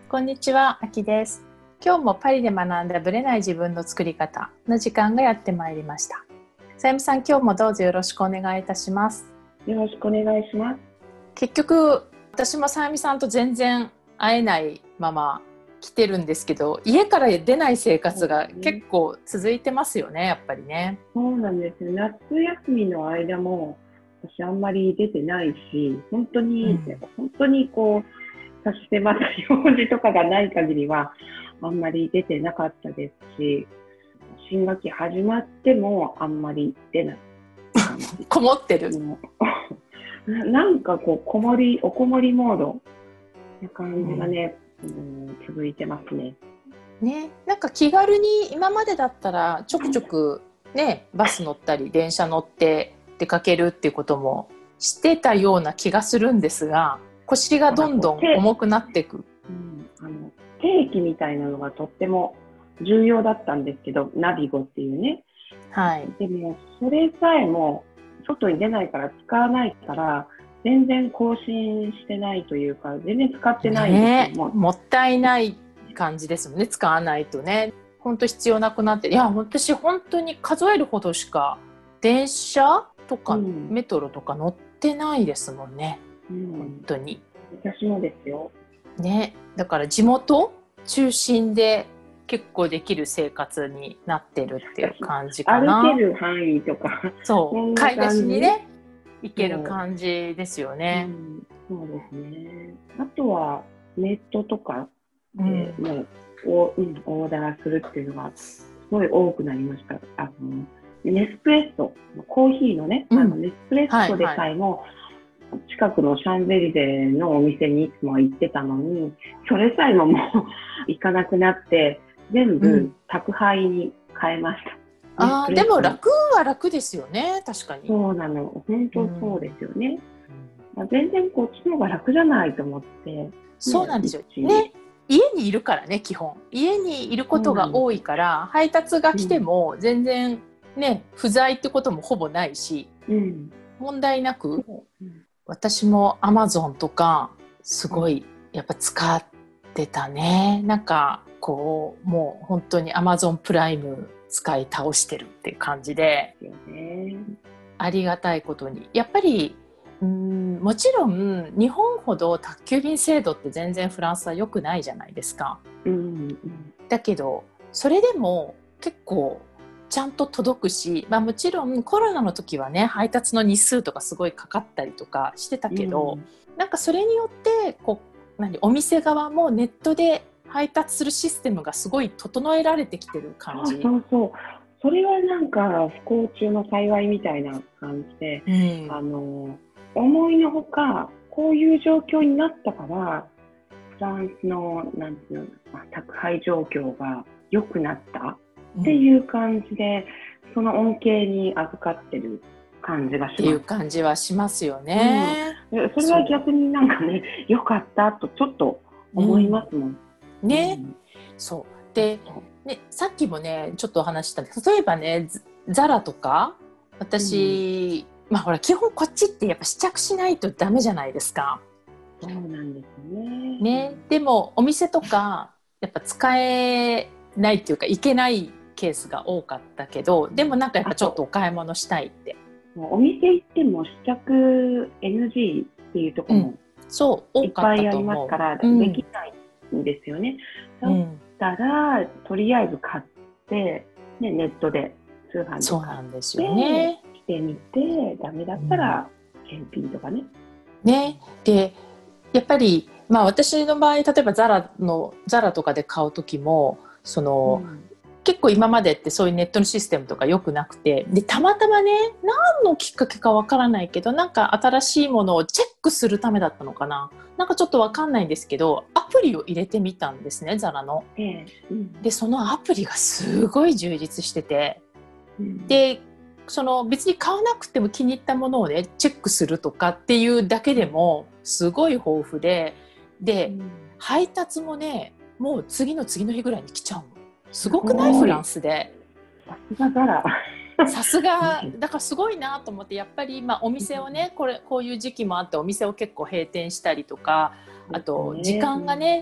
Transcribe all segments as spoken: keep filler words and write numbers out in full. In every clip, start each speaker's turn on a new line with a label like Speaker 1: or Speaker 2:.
Speaker 1: こんにちは、あきです。今日もパリで学んだブレない自分の作り方の時間がやってまいりました。さゆみさん、今日もどうぞよろしくお願いいたします。
Speaker 2: よろしくお願いします。
Speaker 1: 結局、私もさゆみさんと全然会えないまま来てるんですけど、家から出ない生活が結構続いてますよね、やっぱりね。
Speaker 2: そうなんですよ。夏休みの間も私あんまり出てないし、本当に、うん、本当にこう、差し迫った用事とかがない限りはあんまり出てなかったですし、新学期始まってもあんまり出ない。
Speaker 1: こもってる。
Speaker 2: なんかこう、こもり、おこもりモードな感じがね、うんうん、続いてますね。
Speaker 1: ね、なんか気軽に今までだったらちょくちょくね、バス乗ったり電車乗って出かけるっていうこともしてたような気がするんですが、腰がどんどん重くなっていく。
Speaker 2: うん、あの定期みたいなのがとっても重要だったんですけど、ナビゴっていうね。
Speaker 1: はい。
Speaker 2: でもそれさえも外に出ないから使わないから全然更新してないというか、全然使ってないんですよ。
Speaker 1: ね、もったいない感じですもんね、使わないとね。本当必要なくなって、いや私本当に数えるほどしか電車とかメトロとか乗ってないですもんね、うん、本当に。
Speaker 2: 私もですよ、
Speaker 1: ね、だから地元中心で結構できる生活になってるっていう感じかな。
Speaker 2: 歩ける範囲とか、
Speaker 1: そう買い出しにね行ける感じですよね、
Speaker 2: うん、そうですね。あとはネットとかでもう、うん、オーダーするっていうのがすごい多くなりました。あのネスプレッソ、コーヒーのね、うん、あのネスプレッソでさえも、はいはい、近くのシャンゼリゼのお店にいつも行ってたのに、それさえももう行かなくなって全部宅配に変えました、
Speaker 1: うん、あでも楽は楽ですよね。確かに
Speaker 2: そうなの、本当そうですよね、うん、全然こっちの方が楽じゃないと思って、ね、
Speaker 1: そうなんですよね。家にいるからね、基本家にいることが多いから配達が来ても全然ね、うん、不在ってこともほぼないし、うん、問題なく、うん、私も アマゾン とかすごいやっぱ使ってたね。なんかこうもう本当に アマゾン プライム使い倒してるっていう感じで、ありがたいことにやっぱりうーんもちろん日本ほど宅急便制度って全然フランスは良くないじゃないですか、うんうん、だけどそれでも結構ちゃんと届くし、まあ、もちろんコロナの時はね配達の日数とかすごいかかったりとかしてたけど、うん、なんかそれによってこう何お店側もネットで配達するシステムがすごい整えられてきてる感じ。
Speaker 2: そうそう、それはなんか不幸中の幸いみたいな感じで、うん、あの思いのほかこういう状況になったからフランスのなんていうの、宅配状況が良くなったっていう感じで、うん、その恩恵に預かってる感じがします。
Speaker 1: っていう感じはしますよね、
Speaker 2: うん、それは逆になんかね良かったとちょっと思いますもん、
Speaker 1: うん、ね、うん、そうで、ね、さっきもねちょっとお話したんですけど、例えばねザラとか私、うん、まあほら基本こっちってやっぱ試着しないとダメじゃないですか。
Speaker 2: そうなんですね。
Speaker 1: ね、でもお店とかやっぱ使えないっていうか行けないケースが多かったけど、でもなんかやっぱちょっとお買い物したいって。
Speaker 2: お店行っても試着 エヌジー っていうところも、うん、
Speaker 1: そう
Speaker 2: いっぱいありますから、うん、できないんですよね。だったら、うん、とりあえず買って、ね、ネットで通販で買って
Speaker 1: そうなんですよね。
Speaker 2: 来てみてダメだったら検品とかね。
Speaker 1: ね、でやっぱり、まあ、私の場合例えばザラのザラとかで買う時もその、うん、結構今までってそういうネットのシステムとか良くなくて、でたまたまね何のきっかけかわからないけどなんか新しいものをチェックするためだったのかな、なんかちょっとわかんないんですけどアプリを入れてみたんですね、ザラの、えーうん、でそのアプリがすごい充実してて、うん、でその別に買わなくても気に入ったものをねチェックするとかっていうだけでもすごい豊富で、で、うん、配達もねもう次の次の日ぐらいに来ちゃうの。すごくない？フランスで。
Speaker 2: さすがザラ。
Speaker 1: さすがだからすごいなと思って、やっぱり、まあ、お店をねこれこういう時期もあってお店を結構閉店したりとか、あと時間がね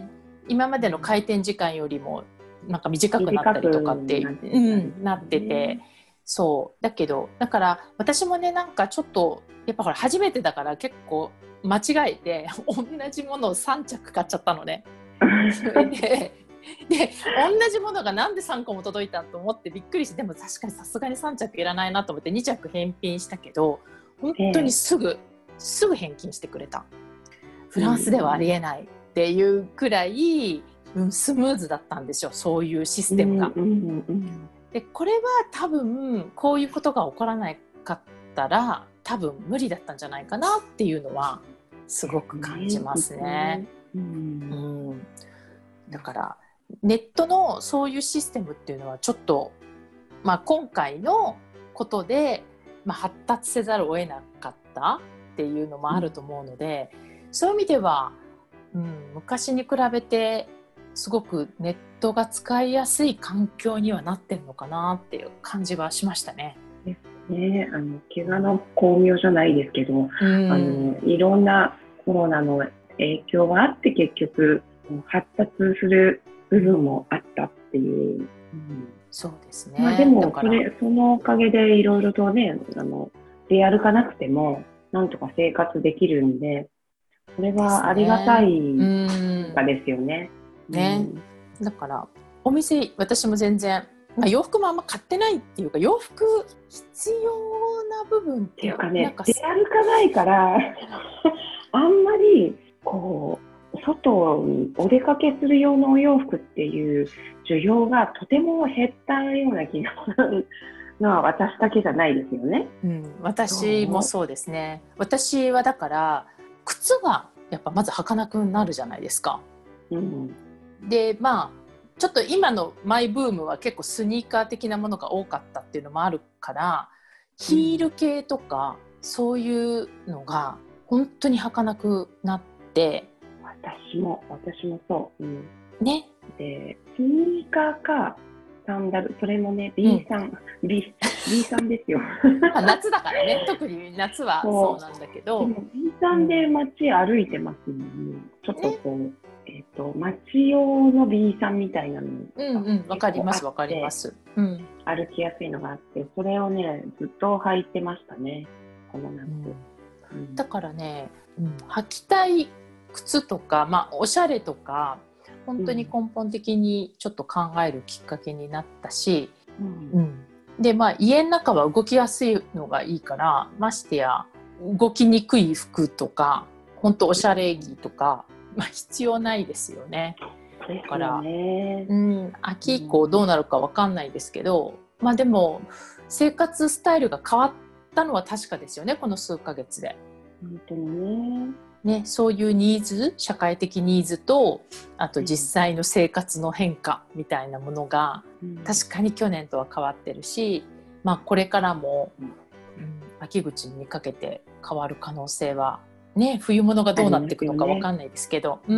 Speaker 1: 今までの開店時間よりもなんか短くなったりとかってなって、うん、なってて、そうだけどだから私もねなんかちょっとやっぱほら初めてだから結構間違えて同じものをさん着買っちゃったのね。それでで同じものがなんでさんこも届いたと思ってびっくりして、でも確かにさすがにさん着いらないなと思ってに着返品したけど、本当にすぐ、えー、すぐ返金してくれた。フランスではありえないっていうくらい、うん、スムーズだったんですよ、そういうシステムが、うんうんうん、でこれは多分こういうことが起こらなかったら多分無理だったんじゃないかなっていうのはすごく感じますね、うんうん、だからネットのそういうシステムっていうのはちょっと、まあ、今回のことで、まあ、発達せざるを得なかったっていうのもあると思うので、うん、そういう意味では、うん、昔に比べてすごくネットが使いやすい環境にはなってるのかなっていう感じはしましたね。
Speaker 2: ですね、あの怪我の巧妙じゃないですけど、うん、あのいろんなコロナの影響があって結局発達する部分もあったっていう、うん、
Speaker 1: そうですね。
Speaker 2: まあ、でもそれそのおかげでいろいろとね、あの出歩かなくてもなんとか生活できるんで、それはありがたいかですよね。
Speaker 1: ね、うん、だからお店私も全然、まあ、洋服もあんま買ってないっていうか、洋服必要な部分って
Speaker 2: いうかね、なんか出歩かないからあんまりこう外にお出かけする用のお洋服っていう需要がとても減ったような気がするのは私だけじゃないですよね、
Speaker 1: うん、私もそうですね。私はだから靴がやっぱまず履かなくなるじゃないですか、うん、でまあちょっと今のマイブームは結構スニーカー的なものが多かったっていうのもあるから、ヒール系とかそういうのが本当に履かなくなって、
Speaker 2: 私も私もそう、うん、
Speaker 1: ね。
Speaker 2: でスニーカーかサンダル、それもね ビーさん、うん、B, B さんですよ
Speaker 1: 夏だからね、特に夏はそうなんだけど、でも
Speaker 2: ビー さんで街歩いてますもんね、ちょっとこう、ね、えっと街用の ビー さんみたいなのが、
Speaker 1: うんうん、わかりますわかります、うん、
Speaker 2: 歩きやすいのがあって、それをねずっと履いてましたね、この夏、
Speaker 1: うん、だからね、うん、履きたい靴とか、まあ、おしゃれとか本当に根本的にちょっと考えるきっかけになったし、うんうん、でまあ家の中は動きやすいのがいいから、ましてや動きにくい服とか本当おしゃれ着とか、まあ、必要ないですよね。だから、ね、うん、秋以降どうなるか分かんないですけど、まあでも生活スタイルが変わったのは確かですよね、この数ヶ月で。
Speaker 2: 本当にね
Speaker 1: ね、そういうニーズ、社会的ニーズとあと実際の生活の変化みたいなものが、うん、確かに去年とは変わってるし、まあ、これからも、うん、秋口にかけて変わる可能性は、ね、冬物がどうなっていくのか分かんないですけど、ね、うん、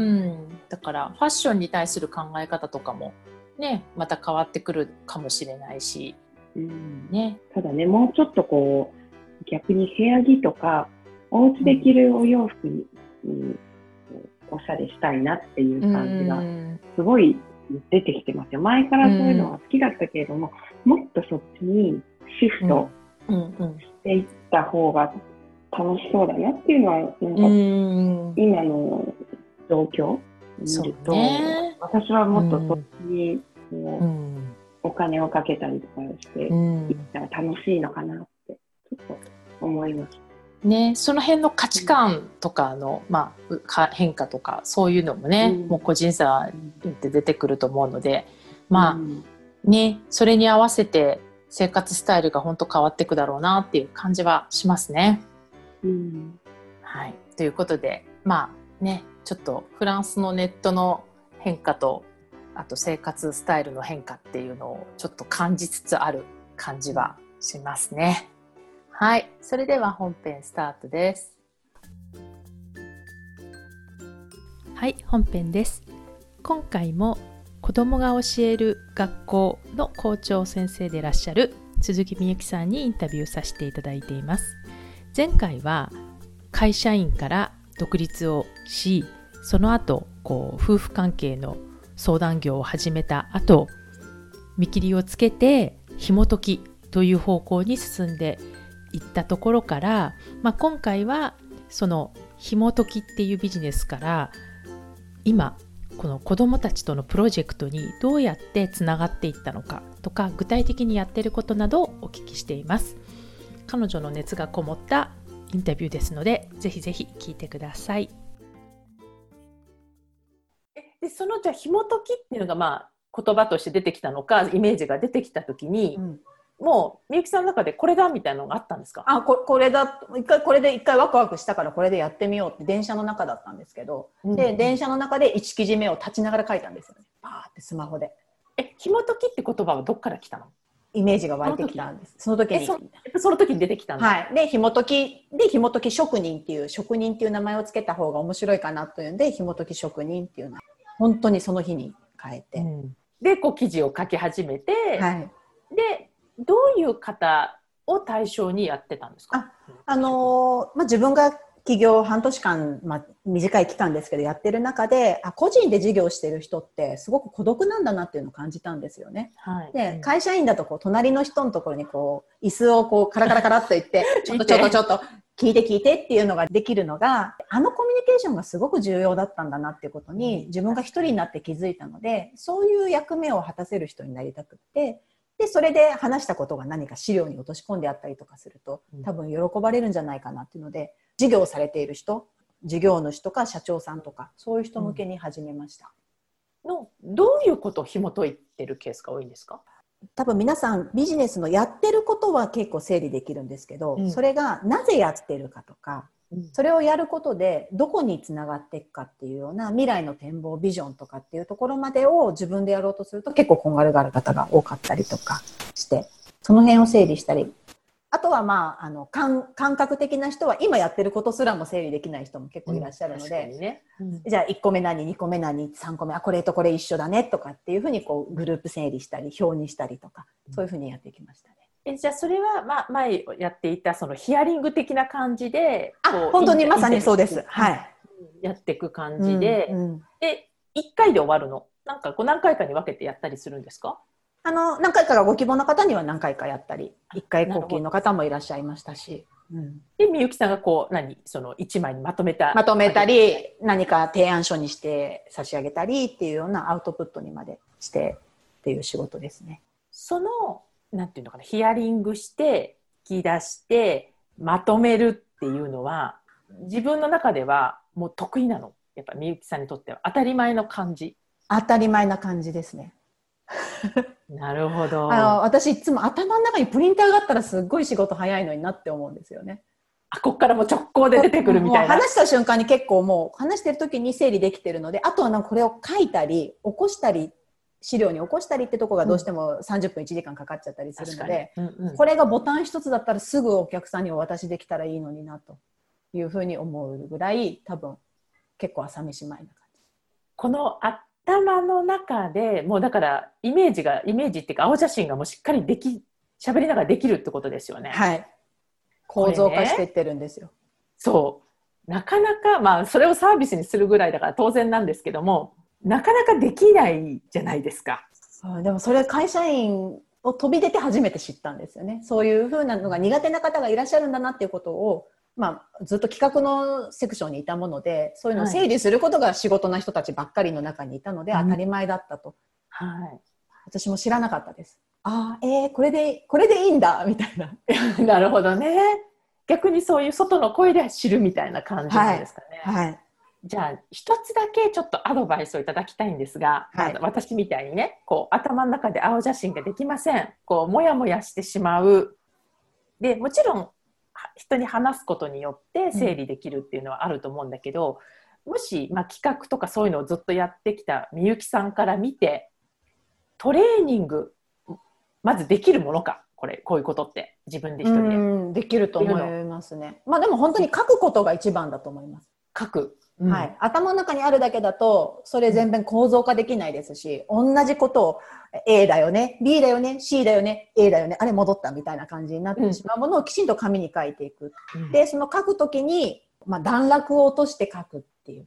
Speaker 1: だからファッションに対する考え方とかも、ね、また変わってくるかもしれないし、
Speaker 2: うんね、ただね、もうちょっとこう逆に部屋着とかお家で着るお洋服に、うん、おしゃれしたいなっていう感じがすごい出てきてますよ。前からそういうのは好きだったけれども、もっとそっちにシフトしていった方が楽しそうだなっていうのは、なんか今の状況を見ると、ね、私はもっとそっちにこうお金をかけたりとかしていったら楽しいのかなってちょっと思います。
Speaker 1: ね、その辺の価値観とかの、まあ、変化とかそういうのもね、うん、もう個人差って出てくると思うので、まあ、うん、ね、それに合わせて生活スタイルが本当変わっていくだろうなっていう感じはしますね。うん、はい、ということで、まあね、ちょっとフランスのネットの変化とあと生活スタイルの変化っていうのをちょっと感じつつある感じはしますね。はい、それでは本編スタートです。
Speaker 3: はい、本編です。今回も子どもが教える学校の校長先生でいらっしゃる鈴木みゆきさんにインタビューさせていただいています。前回は会社員から独立をし、 その後こう夫婦関係の相談業を始めた後、見切りをつけて紐解きという方向に進んでいったところから、まあ、今回はその紐解きっていうビジネスから今この子どもたちとのプロジェクトにどうやってつながっていったのかとか、具体的にやっていることなどをお聞きしています。彼女の熱がこもったインタビューですので、ぜひぜひ聞いてください。
Speaker 1: でそのじゃあ紐解きっていうのがまあ言葉として出てきたのか、イメージが出てきたときに、うん、もうみゆきさんの中でこれだみたいなのがあったんですか？
Speaker 4: あ、こ、これだ、一回これで一回ワクワクしたからこれでやってみようって電車の中だったんですけど、うん、で電車の中でいち記事目を立ちながら書いたんですよね。パーってスマホで。
Speaker 1: え、紐解きって言葉はどっから来たの？
Speaker 4: イメージが湧いてきたんです。その時に。
Speaker 1: そ, その時に出てきたんです。
Speaker 4: はい。で、紐解き、で、紐解き職人っていう、職人っていう名前をつけた方が面白いかなというんで、紐解き職人っていうのは、本当にその日に変えて。うん、
Speaker 1: で、こう記事を書き始めて、
Speaker 4: はい。
Speaker 1: で、どういう方を対象にやってたんですか？
Speaker 4: あ、あのー、まあ、自分が起業半年間、まあ、短い期間ですけどやってる中で、あ、個人で事業してる人ってすごく孤独なんだなっていうのを感じたんですよね。はい、で、会社員だとこう隣の人のところにこう椅子をこうカラカラカラっと言ってちょっとちょっとちょっと聞いて聞いてっていうのができるのが、あのコミュニケーションがすごく重要だったんだなっていうことに自分が一人になって気づいたので、そういう役目を果たせる人になりたくって、でそれで話したことが何か資料に落とし込んであったりとかすると多分喜ばれるんじゃないかなっていうので、事業されている人、事業主とか社長さんとかそういう人向けに始めました。
Speaker 1: のどういうことを紐解いてるケースが多いんですか？
Speaker 4: 多分皆さんビジネスのやってることは結構整理できるんですけど、うん、それがなぜやってるかとか、うん、それをやることでどこにつながっていくかっていうような未来の展望ビジョンとかっていうところまでを自分でやろうとすると結構こんがらがる方が多かったりとかして、その辺を整理したり、あとはまあ、あの感、感覚的な人は今やってることすらも整理できない人も結構いらっしゃるので、うんねうん、じゃあいっこめ何、にこめ何、さんこめ、あ、これとこれ一緒だねとかっていうふうにこうグループ整理したり表にしたりとか、そういうふうにやってきましたね。
Speaker 1: え、じゃあそれは、まあ、前やっていたそのヒアリング的な感じで、
Speaker 4: あ、本当にまさにそうです。はい。
Speaker 1: やっていく感じで、
Speaker 4: うんうん、
Speaker 1: で、いっかいで終わるの？なんかこう何回かに分けてやったりするんですか？
Speaker 4: あの何回かがご希望の方には何回かやったり、いっかい後期の方もいらっしゃいましたし、
Speaker 1: うん、でみゆきさんがこう何そのいちまいにまとめた
Speaker 4: まとめたり、何か提案書にして差し上げたりっていうようなアウトプットにまでしてっていう仕事ですね。
Speaker 1: そのなんていうのかな、ヒアリングして聞き出してまとめるっていうのは自分の中ではもう得意なの？やっぱみゆきさんにとっては当たり前の感じ？
Speaker 4: 当たり前な感じですね。
Speaker 1: なるほど。
Speaker 4: あの私いつも頭の中にプリンターがあったらすっごい仕事早いのになって思うんですよね。
Speaker 1: あ、こっからもう直行で出てくるみたいな。
Speaker 4: 話した瞬間に結構もう話してる時に整理できてるので、あとはなんかこれを書いたり起こしたり資料に起こしたりってとこがどうしてもさんじゅっぷんいちじかんかかっちゃったりするので、うんうんうん、これがボタン一つだったらすぐお客さんにお渡しできたらいいのになというふうに思うぐらい多分結構朝飯前な感じ。
Speaker 1: このあ頭の中でもうだからイメージがイメージっていうか青写真がもうしっかりでき喋りながらできるってことですよね。
Speaker 4: はい。構造化していってるんですよ。
Speaker 1: そうなかなかまあそれをサービスにするぐらいだから当然なんですけども、なかなかできないじゃないですか。
Speaker 4: あ、でもそれ会社員を飛び出て初めて知ったんですよね。そういう風なのが苦手な方がいらっしゃるんだなっていうことを、まあ、ずっと企画のセクションにいたもので、そういうのを整理することが仕事な人たちばっかりの中にいたので、はい、当たり前だったと、
Speaker 1: はい、
Speaker 4: 私も知らなかったです。ああ、えー、これでこれでいいんだみたいな。
Speaker 1: なるほどね。逆にそういう外の声で知るみたいな感じなんですかね。
Speaker 4: はい、はい。
Speaker 1: じゃあ一つだけちょっとアドバイスをいただきたいんですが、はい、まあ、私みたいにね、こう頭の中で青写真ができません、こうモヤモヤしてしまう、でもちろん人に話すことによって整理できるっていうのはあると思うんだけど、うん、もし、まあ、企画とかそういうのをずっとやってきたみゆきさんから見てトレーニングまずできるものか、これこういうことって自分で一人で、うん、
Speaker 4: できると思いますね。まあでも本当に書くことが一番だと思います。
Speaker 1: 書く、
Speaker 4: うん、はい、頭の中にあるだけだとそれ全然構造化できないですし、同じことを A だよね B だよね C だよね A だよね、あれ戻ったみたいな感じになってしまうものをきちんと紙に書いていく、うん、でその書くときに、まあ、段落を落として書くっていうか、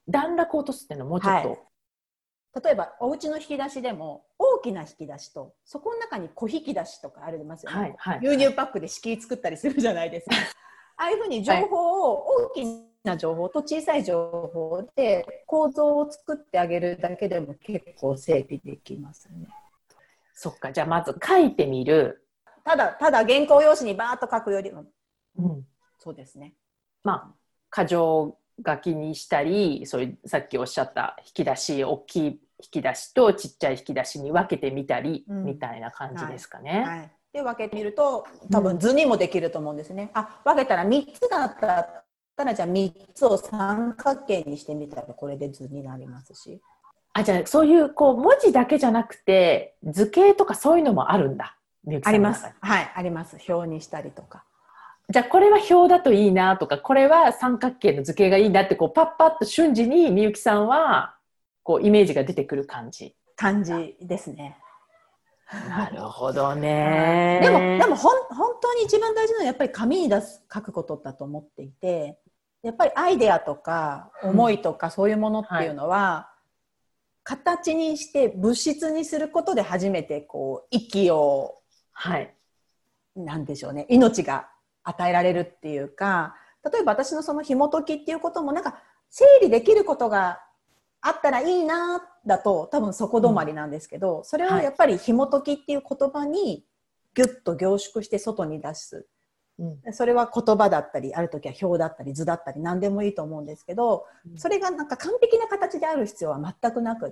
Speaker 1: 段落を落とすっていうのはもうちょっと、はい、
Speaker 4: 例えばお家の引き出しでも大きな引き出しとそこの中に小引き出しとかありますよね、はいはい、牛乳パックで敷居作ったりするじゃないですかああいうふうに情報を、大きな情報と小さい情報で構造を作ってあげるだけでも結構整理できますね。
Speaker 1: そっか、じゃあまず書いてみる。
Speaker 4: ただただ原稿用紙にバーッと書くよりも、うん、そうですね。
Speaker 1: まあ箇条書きにしたり、そういうさっきおっしゃった引き出し、大きい引き出しとちっちゃい引き出しに分けてみたり、うん、みたいな感じですかね。
Speaker 4: はいはい、で分けてみると多分図にもできると思うんですね。うん、あ、分けたらみっつだったらじゃあみっつを三角形にしてみたらこれで図になりますし。
Speaker 1: あ、じゃあそういうこう文字だけじゃなくて図形とかそういうのもあるんだ。
Speaker 4: あります。はい、あります。表にしたりとか。
Speaker 1: じゃあこれは表だといいなとか、これは三角形の図形がいいなってこうパッパッと瞬時にみゆきさんはこうイメージが出てくる感じ。
Speaker 4: 感じですね。
Speaker 1: なるほどね。
Speaker 4: でもでもほん本当に一番大事なのはやっぱり紙に出す書くことだと思っていて、やっぱりアイデアとか思いとかそういうものっていうのは、うん、はい、形にして物質にすることで初めてこう息を、はい、なんでしょうね、命が与えられるっていうか、例えば私のその紐解きっていうこともなんか整理できることがあったらいいなだと多分そこ止まりなんですけど、うん、それをやっぱり紐解きっていう言葉にギュッと凝縮して外に出す、うん、それは言葉だったりある時は表だったり図だったり何でもいいと思うんですけど、うん、それがなんか完璧な形である必要は全くなくって、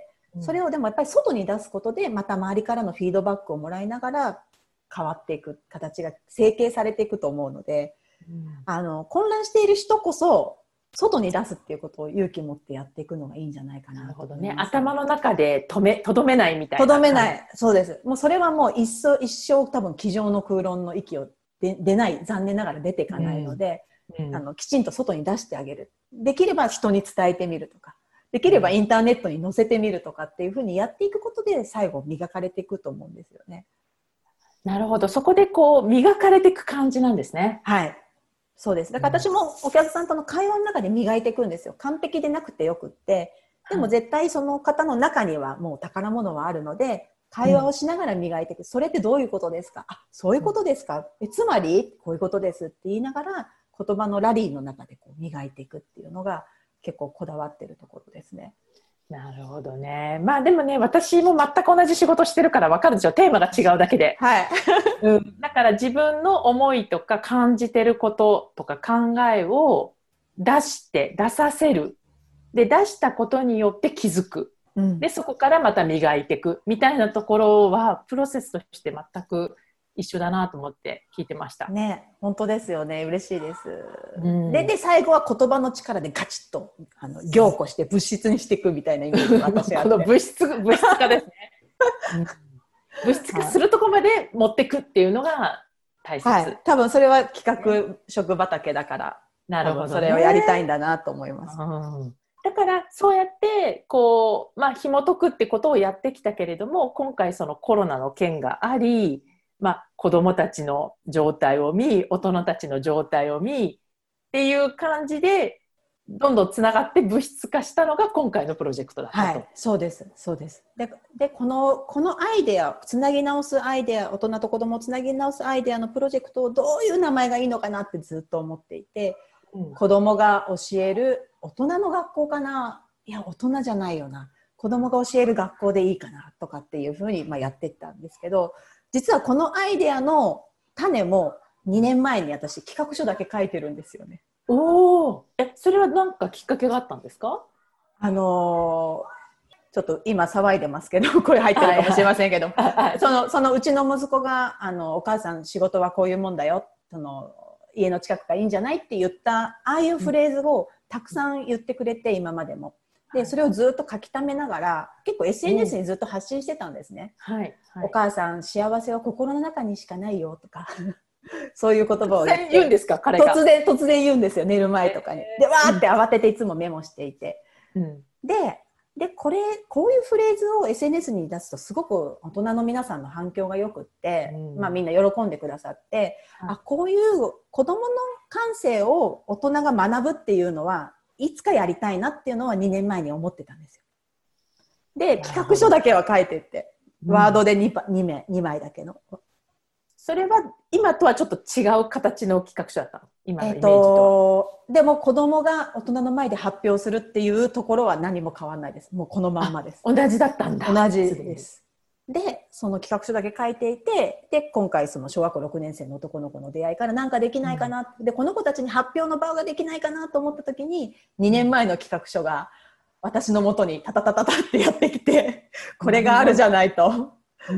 Speaker 4: うん、それをでもやっぱり外に出すことでまた周りからのフィードバックをもらいながら変わっていく形が成形されていくと思うので、うん、あの混乱している人こそ外に出すっていうことを勇気持ってやっていくのがいいんじゃないかな。
Speaker 1: なるほどね。頭の中でとめとどめないみたいな。
Speaker 4: とどめない。そうです。もうそれはもう一生一生多分机上の空論の域をで出ない残念ながら出ていかないので、うんうん、あのきちんと外に出してあげる。できれば人に伝えてみるとか、できればインターネットに載せてみるとかっていうふうにやっていくことで最後磨かれていくと思うんですよね。
Speaker 1: なるほど。そこでこう磨かれていく感じなんですね。
Speaker 4: はい。そうです。だから私もお客さんとの会話の中で磨いていくんですよ。完璧でなくてよくって。でも絶対その方の中にはもう宝物はあるので、会話をしながら磨いていく。それってどういうことですか？あ、そういうことですか？え、つまりこういうことですって言いながら言葉のラリーの中でこう磨いていくっていうのが結構こだわってるところですね。
Speaker 1: なるほどね。まあでもね、私も全く同じ仕事してるから分かるでしょ。テーマが違うだけで。
Speaker 4: はい。
Speaker 1: うん、だから自分の思いとか感じてることとか考えを出して出させる。で、出したことによって気づく。うん、で、そこからまた磨いていくみたいなところはプロセスとして全く一緒だなと思って聞いてました。
Speaker 4: ね、本当ですよね。嬉しいです。うん、で, で最後は言葉の力でガチッとあの凝固して物質にしていくみたいなイメージが私はあって。
Speaker 1: この物質物質化ですね。物質化するところまで持っていくっていうのが大切。はい、
Speaker 4: 多分それは企画職畑だから、なるほど、ね、それをやりたいんだなと思います。
Speaker 1: うん、だからそうやってこう、まあ、紐解くってことをやってきたけれども、今回そのコロナの件があり、まあ、子どもたちの状態を見、大人たちの状態を見っていう感じでどんどんつながって物質化したのが今回のプロジェクトだったと。
Speaker 4: はい、そうですそうです。で、でこのこのアイデア、つなぎ直すアイデア、大人と子どもをつなぎ直すアイデアのプロジェクトをどういう名前がいいのかなってずっと思っていて、うん、子どもが教える大人の学校かな、いや大人じゃないよな、子どもが教える学校でいいかなとかっていうふうにまあやっていったんですけど、実はこのアイデアの種もにねんまえに私企画書だけ書いてるんですよね。
Speaker 1: おー、え、それは何かきっかけがあったんですか？
Speaker 4: あのー、ちょっと今騒いでますけど、声入ってるかもしれませんけど、はいはい、その、そのうちの息子があのお母さん仕事はこういうもんだよ、その家の近くがいいんじゃないって言ったああいうフレーズをたくさん言ってくれて、今までも。でそれをずっと書き溜めながら結構 エスエヌエス にずっと発信してたんですね、うんはいはい、お母さん幸せは心の中にしかないよとかそういう言葉を言って
Speaker 1: 言うんですか、彼が
Speaker 4: 突然突然言うんですよ、寝る前とかに。でわーって慌てていつもメモしていて、うん、で, でこれこういうフレーズを エスエヌエス に出すとすごく大人の皆さんの反響がよくって、うんまあ、みんな喜んでくださって、はい、あこういう子どもの感性を大人が学ぶっていうのはいつかやりたいなっていうのはにねんまえに思ってたんですよ。で、企画書だけは書いてって、ワードで 2, 2, 名にまいだけの。
Speaker 1: それは今とはちょっと違う形の企画書だったの？今のイメージとは。
Speaker 4: えーと、でも子供が大人の前で発表するっていうところは何も変わらないです。もうこのまんまです。
Speaker 1: 同じだったんだ。
Speaker 4: 同じです。で、その企画書だけ書いていて、で、今回その小学校ろくねん生の男の子の出会いからなんかできないかな、うん、で、この子たちに発表の場ができないかなと思った時に、にねんまえの企画書が私の元にタタタタタってやってきて、これがあるじゃないと。うん、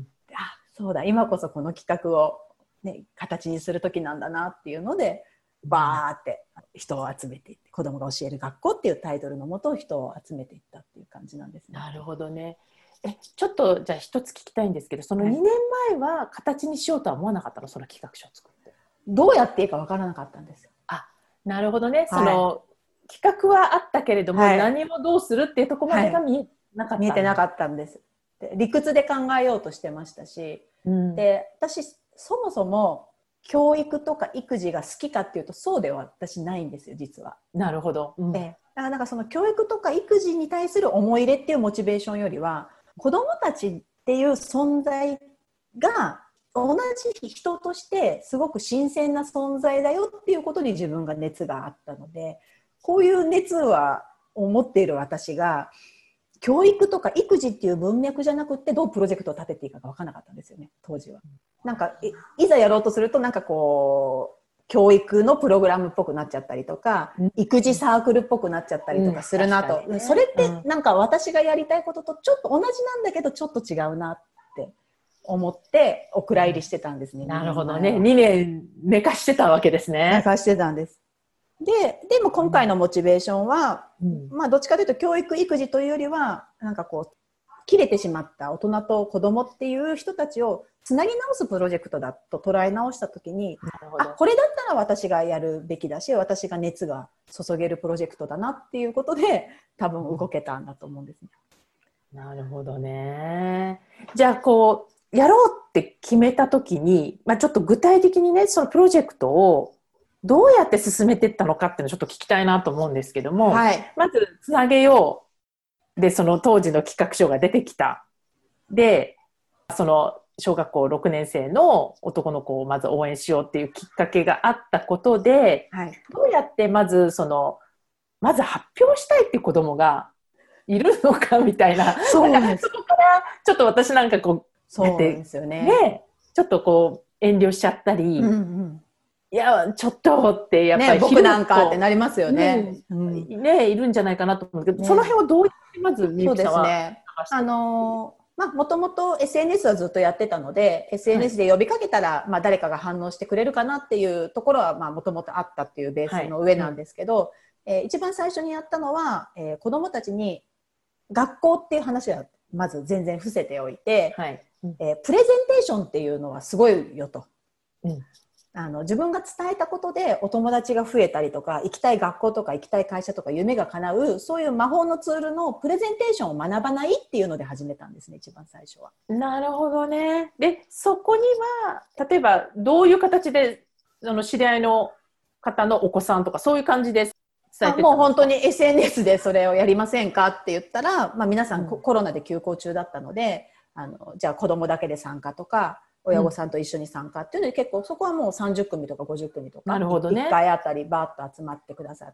Speaker 4: あ、そうだ、今こそこの企画を、ね、形にする時なんだなっていうので、バーって人を集めていって、子供が教える学校っていうタイトルのもと人を集めていったっていう感じなんですね。
Speaker 1: なるほどね。え、ちょっとじゃあ一つ聞きたいんですけど、そのにねんまえは形にしようとは思わなかったの？その企画書を作って。
Speaker 4: どうやっていいかわからなかったんですよ。
Speaker 1: あ、なるほどね。はい、その企画はあったけれども、はい、何をどうするっていうところまでが見えなかった、はい、
Speaker 4: 見えてなかったんです。で、理屈で考えようとしてましたし、うん、で、私そもそも教育とか育児が好きかっていうとそうでは私ないんですよ、実は。
Speaker 1: なるほど。うん、
Speaker 4: で、だからなんかその教育とか育児に対する思い入れっていうモチベーションよりは、子どもたちっていう存在が同じ人としてすごく新鮮な存在だよっていうことに自分が熱があったので、こういう熱はを持っている私が教育とか育児っていう文脈じゃなくってどうプロジェクトを立てていいかが分からなかったんですよね、当時は。なんか い, いざやろうとするとなんかこう教育のプログラムっぽくなっちゃったりとか、うん、育児サークルっぽくなっちゃったりとかするなと、うんね、それってなんか私がやりたいこととちょっと同じなんだけどちょっと違うなって思ってお蔵入りしてたんですね。
Speaker 1: なるほどね。にねん寝かしてたわけですね。
Speaker 4: 寝かしてたんです。で、でも今回のモチベーションは、うん、まあどっちかというと教育育児というよりはなんかこう切れてしまった大人と子供っていう人たちをつなぎ直すプロジェクトだと捉え直したときに、あ、これだったら私がやるべきだし、私が熱が注げるプロジェクトだなっていうことで多分動けたんだと思うんですね。
Speaker 1: なるほどね。じゃあこうやろうって決めたときに、まあ、ちょっと具体的にね、そのプロジェクトをどうやって進めていったのかっていうのをちょっと聞きたいなと思うんですけども、はい、まずつなげよう。で、その当時の企画書が出てきた。で、その小学校ろくねん生の男の子をまず応援しようっていうきっかけがあったことで、はい、どうやってまずその、まず発表したいっていう子供がいるのかみたいな。そうなんです。そこからちょっと私なんかこう、
Speaker 4: そうですよね。
Speaker 1: ね、ちょっとこう遠慮しちゃったり、うんうん、いや、ちょっとってやっぱり、
Speaker 4: ね、僕なんかってなりますよね。
Speaker 1: ね、うん、ね、いるんじゃないかなと思うけど、ね、その辺はどうやってまずみゆきさんは。そうですね。
Speaker 4: あのー、まあ、もともと エスエヌエス はずっとやってたので、エスエヌエス で呼びかけたら、はい、まあ、誰かが反応してくれるかなっていうところは、まあ、もともとあったっていうベースの上なんですけど、はい、えー、一番最初にやったのは、えー、子供たちに学校っていう話はまず全然伏せておいて、はい、うん、えー、プレゼンテーションっていうのはすごいよと。うん、あの自分が伝えたことでお友達が増えたりとか、行きたい学校とか行きたい会社とか夢が叶う、そういう魔法のツールのプレゼンテーションを学ばないっていうので始めたんですね、一番最初は。
Speaker 1: なるほどね。で、そこには例えばどういう形でその知り合いの方のお子さんとかそういう感じで伝えてたんですか？
Speaker 4: もう本当に エスエヌエス でそれをやりませんかって言ったら、まあ、皆さん、うん、コロナで休校中だったので、あのじゃあ子供だけで参加とか親御さんと一緒に参加っていうので、結構そこはもうさんじゅっくみとかごじゅっくみとか、なるほどね、いっかいあたりバーッと集まってくださって、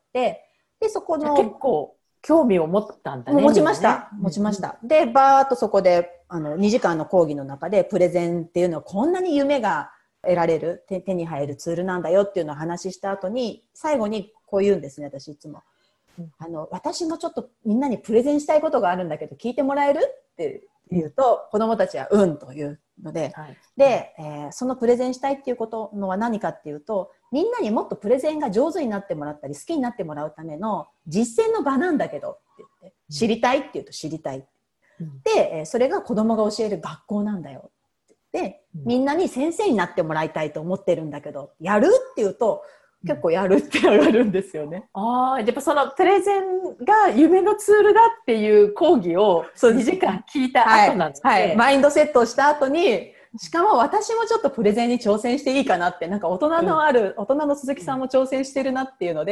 Speaker 4: でそこの
Speaker 1: 結構興味を持ったんだね。
Speaker 4: 持ちました、ね、持ちました、うん、でバーッとそこであのにじかんの講義の中でプレゼンっていうのはこんなに夢が得られる 手, 手に入るツールなんだよっていうのを話した後に、最後にこう言うんですね、私いつも、うん、あの私もちょっとみんなにプレゼンしたいことがあるんだけど聞いてもらえるって言うと、子どもたちはうんというので、はい、で、えー、そのプレゼンしたいっていうことのは何かっていうと、みんなにもっとプレゼンが上手になってもらったり好きになってもらうための実践の場なんだけどって言って、うん、知りたいって言うと知りたい、うん、で、えー、それが子どもが教える学校なんだよって言って、うん、みんなに先生になってもらいたいと思ってるんだけどやるって言うと結構やるって上がるんですよね。
Speaker 1: ああ、やっぱそのプレゼンが夢のツールだっていう講義をにじかん聞いた後なんですね、
Speaker 4: はいはい、マインドセットをした後に、しかも私もちょっとプレゼンに挑戦していいかなって、なんか大人のある、うん、大人の鈴木さんも挑戦してるなっていうので、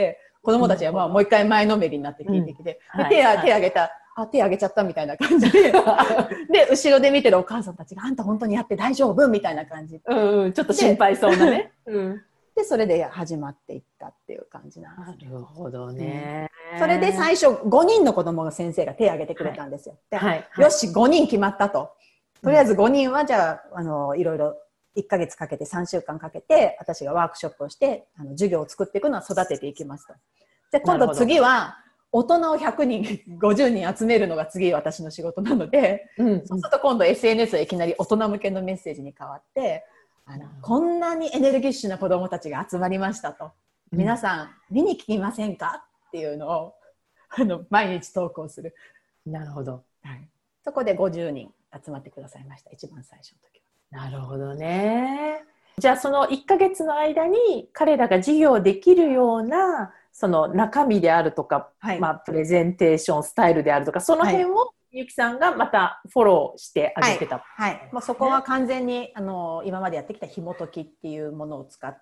Speaker 4: 子供たちはまあもう一回前のめりになって聞いてきて、うんはい、手, 手上げた、あ、手上げちゃったみたいな感じで、で、後ろで見てるお母さんたちが、あんた本当にやって大丈夫みたいな感じ。
Speaker 1: うん、うん、ちょっと心配そうなね。うん、
Speaker 4: で、それで始まっていったっていう感じなんです。
Speaker 1: なるほどね、
Speaker 4: うん。それで最初ごにんの子供が先生が手を挙げてくれたんですよ。はいはいはい、よし、ごにん決まったと。とりあえずごにんはじゃあ、あの、いろいろいっかげつかけてさんしゅうかんかけて、私がワークショップをして、あの授業を作っていくのは育てていきますと。で、今度次は、大人をひゃくにん、ごじゅうにん集めるのが次私の仕事なので、うんうん、そうすると今度 エスエヌエス はいきなり大人向けのメッセージに変わって、あの、こんなにエネルギッシュな子供たちが集まりましたと。うん、皆さん、見に来ませんかっていうのを、あの、毎日投稿する。
Speaker 1: なるほど。
Speaker 4: はい。そこでごじゅうにん集まってくださいました。一番最初の時
Speaker 1: は。なるほどね。じゃあそのいっかげつの間に彼らが授業できるようなその中身であるとか、はい、まあ、プレゼンテーションスタイルであるとか、その辺をみゆきさんがまたフォローしてあげてた、
Speaker 4: はいはい、もうそこは完全にあの今までやってきた紐解きっていうものを使って、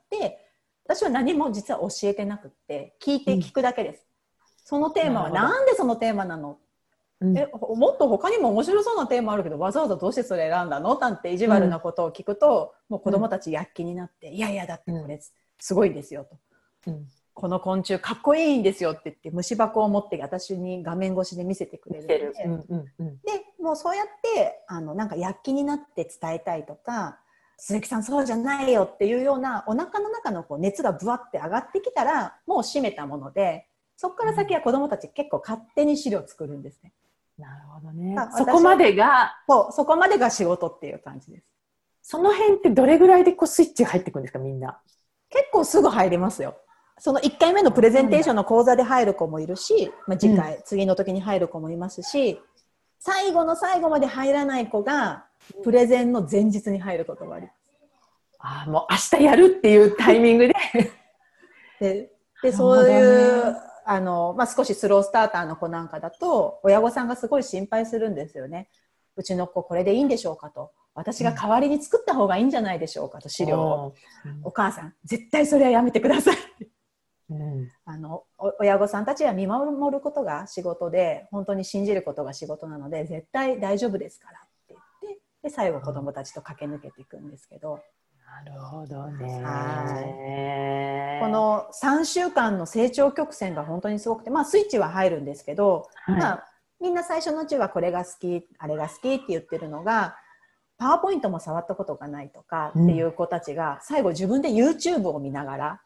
Speaker 4: 私は何も実は教えてなくって聞いて聞くだけです、うん、そのテーマはなんでそのテーマなの、うん、えもっと他にも面白そうなテーマあるけどわざわざどうしてそれ選んだのなんて意地悪なことを聞くと、うん、もう子供たち躍起になって、うん、いやいやだってこれすごいんですよと、うん、この昆虫かっこいいんですよって言って虫箱を持って私に画面越しで見せてくれるので、うんうんうん、でもうそうやってあのなんか躍起になって伝えたいとか、鈴木さんそうじゃないよっていうようなお腹の中のこう熱がブワって上がってきたらもう閉めたもので、そこから先は子どもたち結構勝手に資料を作るんですね。
Speaker 1: なるほどね。そこまでが
Speaker 4: そうそこまでが仕事っていう感じです。
Speaker 1: その辺ってどれぐらいでこうスイッチが入ってくるんですか、みんな。
Speaker 4: 結構すぐ入りますよ。そのいっかいめのプレゼンテーションの講座で入る子もいるし、まあ、次回、うん、次の時に入る子もいますし、最後の最後まで入らない子がプレゼンの前日に入ることもあります。
Speaker 1: ああ、もう明日やるっていうタイミングで
Speaker 4: で, でそういうあの、まあ、少しスロースターターの子なんかだと親御さんがすごい心配するんですよね。うちの子これでいいんでしょうかと、私が代わりに作った方がいいんじゃないでしょうかと、資料を、うん、お母さん絶対それはやめてくださいうん、あの親御さんたちは見守ることが仕事で、本当に信じることが仕事なので絶対大丈夫ですからって言って、で最後子どもたちと駆け抜けていくんですけど、
Speaker 1: なるほどね。
Speaker 4: はい、このさんしゅうかんの成長曲線が本当にすごくて、まあ、スイッチは入るんですけど、はい、まあ、みんな最初のうちはこれが好きあれが好きって言ってるのが、パワーポイントも触ったことがないとかっていう子たちが、最後自分で YouTube を見ながら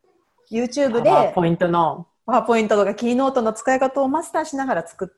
Speaker 4: YouTube でパワー
Speaker 1: ポイントの
Speaker 4: パワーポイントとかキーノートの使い方をマスターしながら作って、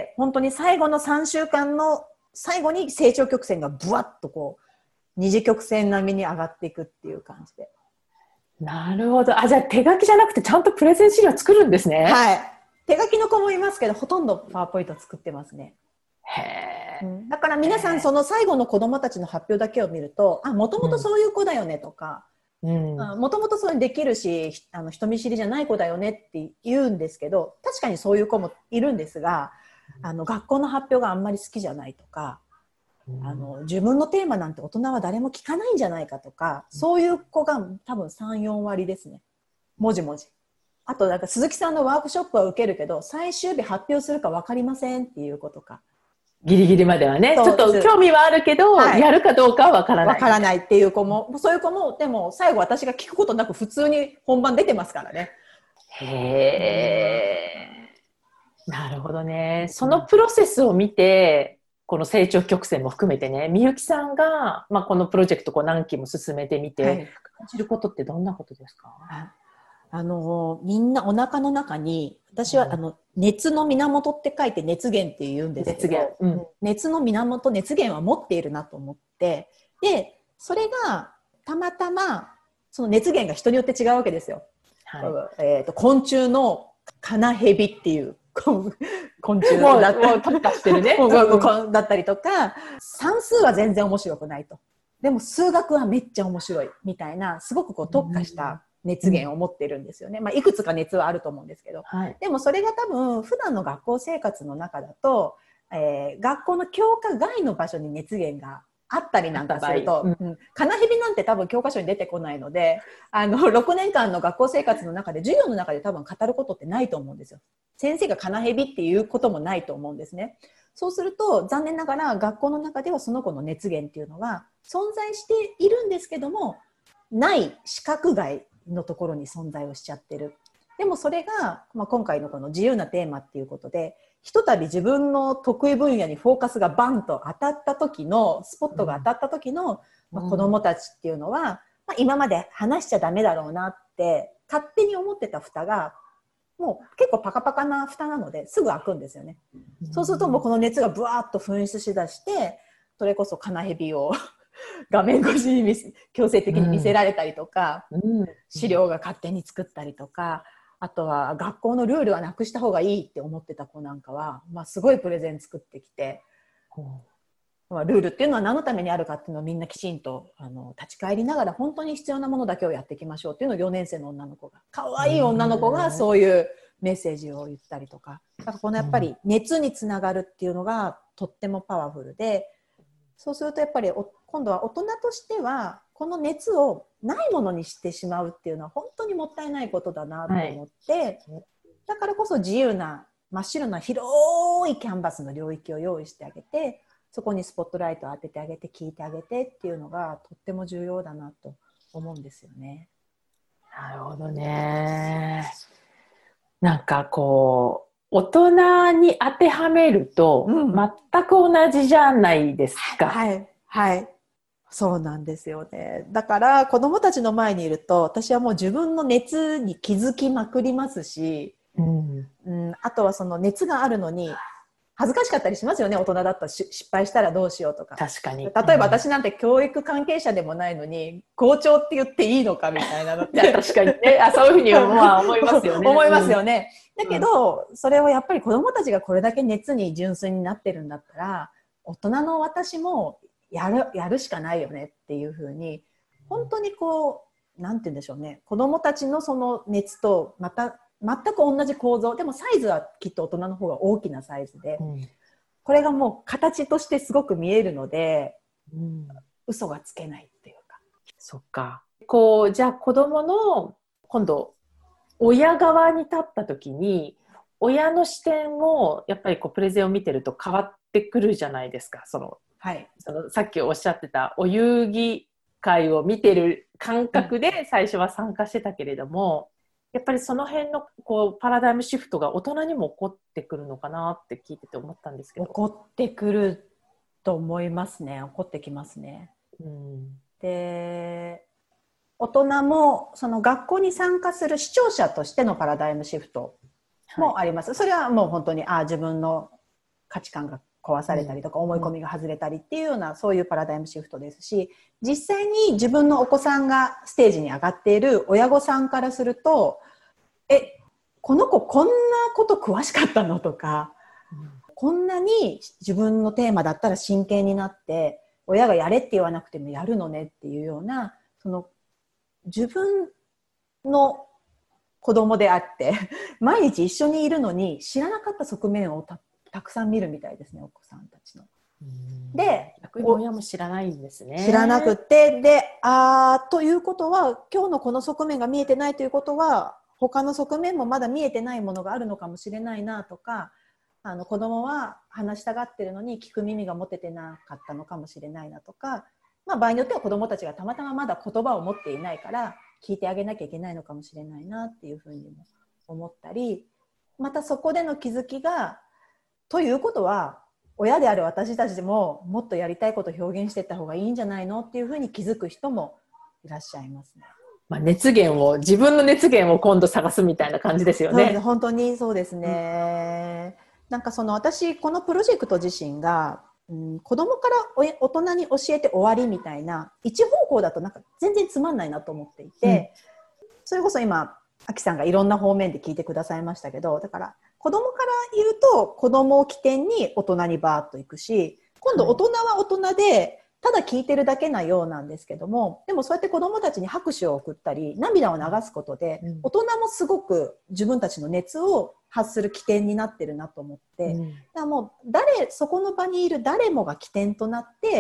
Speaker 4: 本当に最後のさんしゅうかんの最後に成長曲線がブワッとこう二次曲線並みに上がっていくっていう感じで。
Speaker 1: なるほど。あ、じゃあ手書きじゃなくてちゃんとプレゼン資料作るんですね。
Speaker 4: はい。手書きの子もいますけど、ほとんどパワーポイント作ってますね。
Speaker 1: へー、
Speaker 4: うん、だから皆さんその最後の子どもたちの発表だけを見ると、あ、もともとそういう子だよねとか、もともとそういうできるし、あの人見知りじゃない子だよねって言うんですけど、確かにそういう子もいるんですが、あの学校の発表があんまり好きじゃないとか、あの自分のテーマなんて大人は誰も聞かないんじゃないかとか、そういう子が多分 さん、よん 割ですね。もじもじ。あとなんか鈴木さんのワークショップは受けるけど、最終日発表するか分かりませんっていう子とか。
Speaker 1: ギリギリまではね、ちょっと興味はあるけど、はい、やるかどうかは分からない。
Speaker 4: 分からないっていう子も、そういう子も、でも最後私が聞くことなく普通に本番出てますからね。
Speaker 1: へー。なるほどね。そのプロセスを見て、この成長曲線も含めてね、みゆきさんが、まあ、このプロジェクトこう何期も進めてみて、はい、感じることってどんなことですか？
Speaker 4: あのみんなお腹の中に、私は、うん、あの熱の源って書いて熱源って言うんですけど、熱源、うん、熱の源、熱源は持っているなと思って、でそれがたまたまその熱源が人によって違うわけですよ。はい、えーと、昆虫のカナヘビっていう昆虫だったり特化してるねだったりとか、算数は全然面白くないと、でも数学はめっちゃ面白いみたいな、すごくこう特化した熱源を持ってるんですよね。まあ、いくつか熱はあると思うんですけど、はい、でもそれが多分普段の学校生活の中だと、えー、学校の教科外の場所に熱源があったりなんかすると、うんうん、カナヘビなんて多分教科書に出てこないので、あのろくねんかんの学校生活の中で授業の中で多分語ることってないと思うんですよ。先生がカナヘビっていうこともないと思うんですね。そうすると残念ながら学校の中ではその子の熱源っていうのは存在しているんですけども、ない視覚外のところに存在をしちゃってる。でもそれが、まあ、今回のこの自由なテーマっていうことで、ひとたび自分の得意分野にフォーカスがバンと当たった時の、スポットが当たった時の、うんまあ、子どもたちっていうのは、まあ、今まで話しちゃダメだろうなって勝手に思ってた蓋がもう結構パカパカな蓋なのですぐ開くんですよね。うん、そうするともうこの熱がブワーッと噴出しだして、それこそカナヘビを画面越しに見せ強制的に見せられたりとか、うん、資料が勝手に作ったりとか、あとは学校のルールはなくした方がいいって思ってた子なんかは、まあ、すごいプレゼン作ってきて、うんまあ、ルールっていうのは何のためにあるかっていうのをみんなきちんとあの立ち返りながら本当に必要なものだけをやっていきましょうっていうのをよねん生の女の子が、可愛い女の子がそういうメッセージを言ったりとか、だからこのやっぱり熱につながるっていうのがとってもパワフルで、そうするとやっぱり今度は大人としてはこの熱をないものにしてしまうっていうのは本当にもったいないことだなと思って、はい、だからこそ自由な真っ白な広いキャンバスの領域を用意してあげて、そこにスポットライトを当ててあげて聞いてあげてっていうのがとっても重要だなと思うんですよね。
Speaker 1: なるほどね。なんかこう大人に当てはめると、うん、全く同じじゃないですか。
Speaker 4: はいはいそうなんですよね。だから子どもたちの前にいると私はもう自分の熱に気づきまくりますし、うんうん、あとはその熱があるのに恥ずかしかったりしますよね。大人だったら失敗したらどうしようとか。
Speaker 1: 確かに。
Speaker 4: 例えば私なんて教育関係者でもないのに校長って言っていいのかみたいなのって
Speaker 1: 確かにね、あ、そういうふうには思いますよね。
Speaker 4: 思いますよね、うん、だけど、うん、それをやっぱり子どもたちがこれだけ熱に純粋になってるんだったら大人の私もやる、やるしかないよねっていうふうに本当にこうなんて言うんでしょうね、子どもたちのその熱とまた全く同じ構造でもサイズはきっと大人の方が大きなサイズで、うん、これがもう形としてすごく見えるので、うん、嘘がつけないっていうか。
Speaker 1: そっか。こうじゃあ子どもの今度親側に立った時に親の視点もやっぱりこうプレゼンを見てると変わってくるじゃないですか。その、はい、そのさっきおっしゃってたお遊戯会を見てる感覚で最初は参加してたけれども、うん、やっぱりその辺のこうパラダイムシフトが大人にも起こってくるのかなって聞いてて思ったんですけど。
Speaker 4: 起こってくると思いますね。起こってきますね。うん、で大人もその学校に参加する視聴者としてのパラダイムシフトもあります、はい、それはもう本当にあ自分の価値観が壊されたりとか、うん、思い込みが外れたりっていうようなそういうパラダイムシフトですし、実際に自分のお子さんがステージに上がっている親御さんからするとえこの子こんなこと詳しかったのとか、うん、こんなに自分のテーマだったら真剣になって親がやれって言わなくてもやるのねっていうようなその自分の子供であって毎日一緒にいるのに知らなかった側面を た, たくさん見るみたいですね、お子さんたちの。
Speaker 1: で逆に親も知らないんですね。
Speaker 4: 知らなくてであということは今日のこの側面が見えてないということは他の側面もまだ見えてないものがあるのかもしれないなとか、あの子供は話したがってるのに聞く耳が持ててなかったのかもしれないなとか、まあ、場合によっては子どもたちがたまたままだ言葉を持っていないから聞いてあげなきゃいけないのかもしれないなっていうふうにも思ったり、またそこでの気づきがということは親である私たちでももっとやりたいことを表現していった方がいいんじゃないのっていうふうに気づく人もいらっしゃいますね。
Speaker 1: まあ、熱源を自分の熱源を今度探すみたいな感じですよね。
Speaker 4: そう本当にそうですね、うん、なんかその私このプロジェクト自身がうん、子供から大人に教えて終わりみたいな一方向だとなんか全然つまんないなと思っていて、うん、それこそ今あきさんがいろんな方面で聞いてくださいましたけど、だから子供から言うと子供を起点に大人にバーッといくし、今度大人は大人でただ聞いてるだけなようなんですけども、でもそうやって子供たちに拍手を送ったり涙を流すことで、うん、大人もすごく自分たちの熱を発する起点になってるなと思って、うん、だからもう誰そこの場にいる誰もが起点となって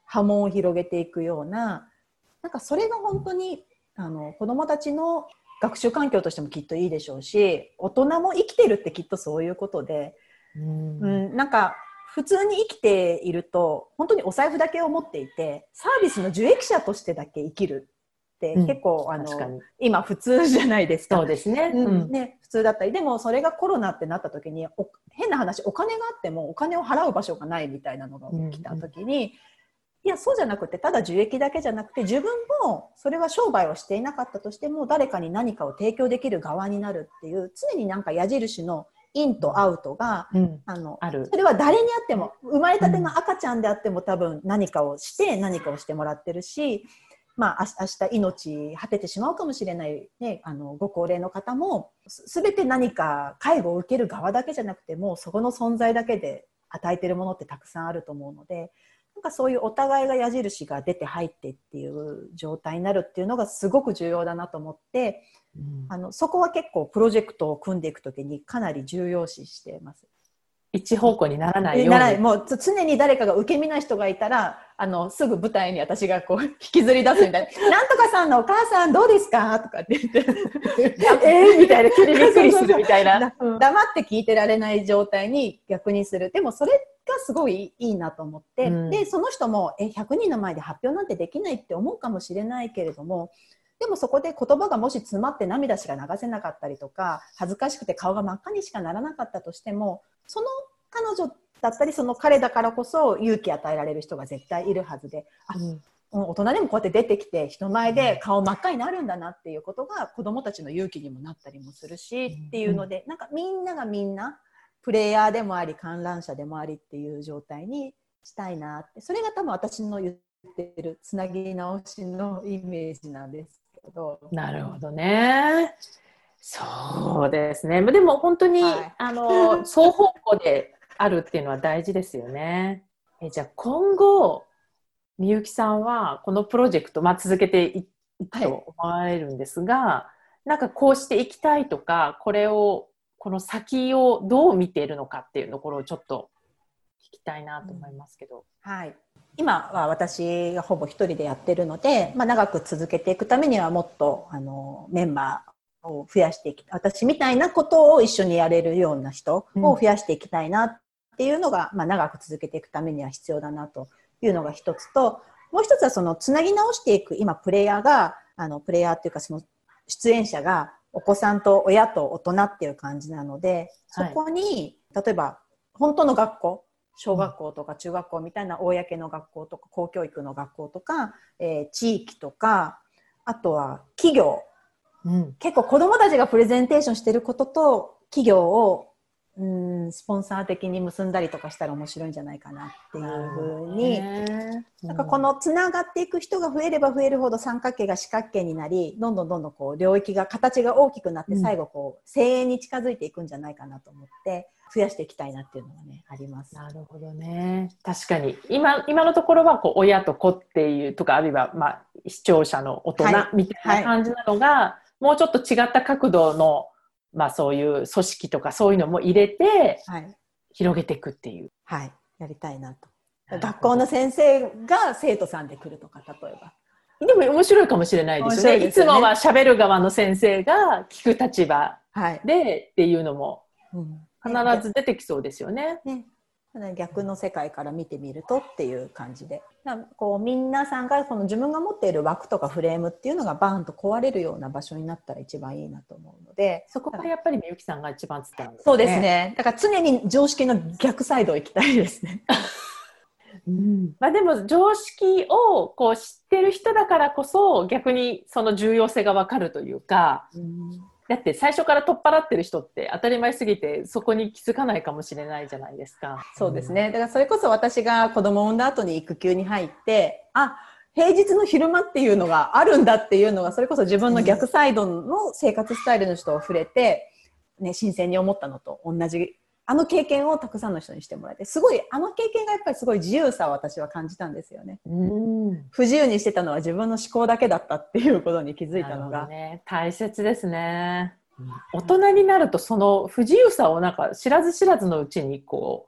Speaker 4: 波紋を広げていくような、なんかそれが本当にあの子どもたちの学習環境としてもきっといいでしょうし、大人も生きてるってきっとそういうことで、うん、うん、なんか普通に生きていると本当にお財布だけを持っていてサービスの受益者としてだけ生きるって結構、うん、あの今普通じゃないですか。
Speaker 1: そうですね、
Speaker 4: うん、ね、普通だったり、でもそれがコロナってなった時にお変な話、お金があってもお金を払う場所がないみたいなのが起きた時に、うんうん、いやそうじゃなくて、ただ受益だけじゃなくて自分もそれは商売をしていなかったとしても誰かに何かを提供できる側になるっていう、常になんか矢印のインとアウトが、うん、あのある。それは誰にあっても、生まれたての赤ちゃんであっても多分何かをして何かをしてもらってるし、まあ、明日命果ててしまうかもしれない、ね、あのご高齢の方も全て何か介護を受ける側だけじゃなくて、もうそこの存在だけで与えてるものってたくさんあると思うので、なんかそういうお互いが矢印が出て入ってっていう状態になるっていうのがすごく重要だなと思って、うん、あのそこは結構プロジェクトを組んでいくときにかなり重要視しています。
Speaker 1: 一方向にならないように。
Speaker 4: ならない。もう常に誰かが受け身な人がいたら、あのすぐ舞台に私がこう引きずり出すみたいな。なんとかさんのお母さんどうですかとかって言って、
Speaker 1: えーみたいな、急にびっくりするみたいな。
Speaker 4: 黙って聞いてられない状態に逆にする。でもそれがすごいいいなと思って、うん、でその人もえひゃくにんの前で発表なんてできないって思うかもしれないけれども、でもそこで言葉がもし詰まって涙しか流せなかったりとか、恥ずかしくて顔が真っ赤にしかならなかったとしても、その彼女だったりその彼だからこそ勇気与えられる人が絶対いるはずで、あ、うん、大人でもこうやって出てきて人前で顔真っ赤になるんだなっていうことが子どもたちの勇気にもなったりもするし、うん、っていうので、なんかみんながみんなプレイヤーでもあり観覧者でもありっていう状態にしたいなって、それが多分私の言ってるつなぎ直しのイメージなんですけど。
Speaker 1: なるほどね。そうですね。でも本当に、はい、あの双方向であるっていうのは大事ですよね。えじゃあ今後みゆきさんはこのプロジェクト、まあ、続けていくと思われるんですが、はい、なんかこうしていきたいとか、これをこの先をどう見ているのかっていうところをちょっと聞きたいなと思いますけど、
Speaker 4: うん、はい、今は私がほぼ一人でやってるので、まあ、長く続けていくためにはもっとあのメンバーを増やしていき、私みたいなことを一緒にやれるような人を増やしていきたいなっていうのが、うん、まあ、長く続けていくためには必要だなというのが一つと、もう一つはそのつなぎ直していく、今プレイヤーがあのプレイヤーっていうかその出演者がお子さんと親と大人っていう感じなので、そこに、はい、例えば本当の学校、小学校とか中学校みたいな公の学校とか公教育の学校とか、えー、地域とか、あとは企業、うん、結構子どもたちがプレゼンテーションしてることと企業をうんスポンサー的に結んだりとかしたら面白いんじゃないかなっていうふうに、なんかこのつながっていく人が増えれば増えるほど三角形が四角形になり、どんどんどんどんこう領域が形が大きくなって、最後こう精鋭に近づいていくんじゃないかなと思って増やしていきたいなっていうのがねあります。
Speaker 1: なるほどね。確かに今今のところはこう親と子っていうとか、あるいはまあ視聴者の大人みたいな感じなのが、はいはい、もうちょっと違った角度のまあ、そういう組織とかそういうのも入れて、はい、広げていくっていう。
Speaker 4: はい、やりたいなと。学校の先生が生徒さんで来るとか、例えば。
Speaker 1: でも面白いかもしれないですよね。いつもは喋る側の先生が聞く立場でっていうのも必ず出てきそうですよね。
Speaker 4: ねね逆の世界から見てみるとっていう感じで、こう皆さんがこの自分が持っている枠とかフレームっていうのがバーンと壊れるような場所になったら一番いいなと思うので、
Speaker 1: そこがやっぱりみゆきさんが一番伝わるんですね。
Speaker 4: そうですね。だから常に常識の逆サイド行きたいですね。
Speaker 1: うんまあ、でも常識をこう知ってる人だからこそ逆にその重要性が分かるというか、うんだって最初から取っ払ってる人って当たり前すぎてそこに気づかないかもしれないじゃないですか。
Speaker 4: そうですね。だからそれこそ私が子供を産んだ後に育休に入って、あ、平日の昼間っていうのがあるんだっていうのが、それこそ自分の逆サイドの生活スタイルの人を触れて、ね、新鮮に思ったのと同じ、あの経験をたくさんの人にしてもらえて、すごいあの経験がやっぱりすごい自由さを私は感じたんですよね。うん不自由にしてたのは自分の思考だけだったっていうことに気づいたのが、
Speaker 1: ね、大切ですね。大人になるとその不自由さをなんか知らず知らずのうちにこう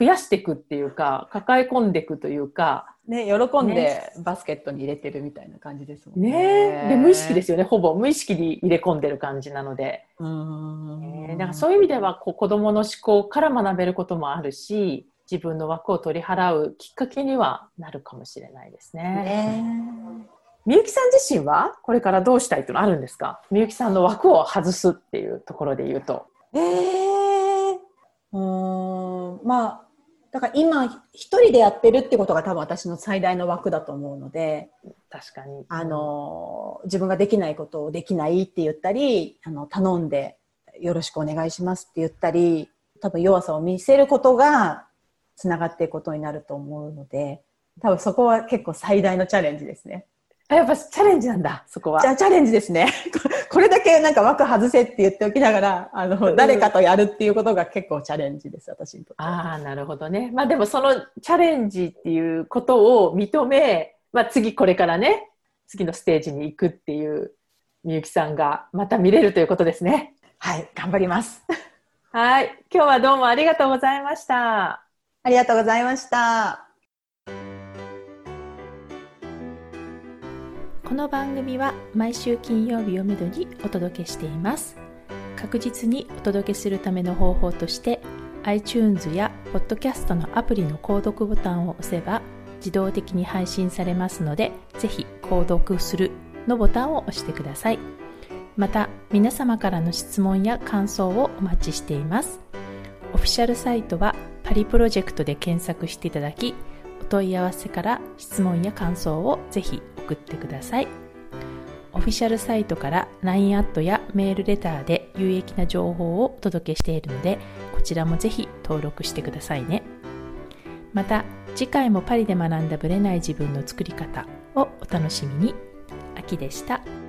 Speaker 1: 増やしていくっていうか、抱え込んでいくというか、
Speaker 4: ね、喜んでバスケットに入れてるみたいな感じですもんね。
Speaker 1: ね。で、無意識ですよね。ほぼ無意識に入れ込んでる感じなので。うーん、えー、だからそういう意味ではこう子どもの思考から学べることもあるし、自分の枠を取り払うきっかけにはなるかもしれないですね。ね。みゆきさん自身はこれからどうしたいというのあるんですか？みゆきさんの枠を外すっていうところで言うと。
Speaker 4: えー、うーん、まあだから今一人でやってるってことが多分私の最大の枠だと思うので、
Speaker 1: 確かに、
Speaker 4: あの自分ができないことをできないって言ったり、あの頼んでよろしくお願いしますって言ったり、多分弱さを見せることがつながっていくことになると思うので、多分そこは結構最大のチャレンジですね。
Speaker 1: やっぱチャレンジなんだ、そこは。
Speaker 4: じゃあチャレンジですね。これだけなんか枠外せって言っておきながら、あの、誰かとやるっていうことが結構チャレンジです、私にとって。
Speaker 1: ああ、なるほどね。まあでもそのチャレンジっていうことを認め、まあ次これからね、次のステージに行くっていうみゆきさんがまた見れるということですね。
Speaker 4: はい、頑張ります。
Speaker 1: はい、今日はどうもありがとうございました。
Speaker 4: ありがとうございました。
Speaker 3: この番組は毎週金曜日をめどにお届けしています。確実にお届けするための方法として iTunes や Podcast のアプリの購読ボタンを押せば自動的に配信されますので、ぜひ購読するのボタンを押してください。また皆様からの質問や感想をお待ちしています。オフィシャルサイトはパリプロジェクトで検索していただき、お問い合わせから質問や感想をぜひ送ってください。オフィシャルサイトから ライン アットやメールレターで有益な情報をお届けしているので、こちらもぜひ登録してくださいね。また次回もパリで学んだブレない自分の作り方をお楽しみに。あきでした。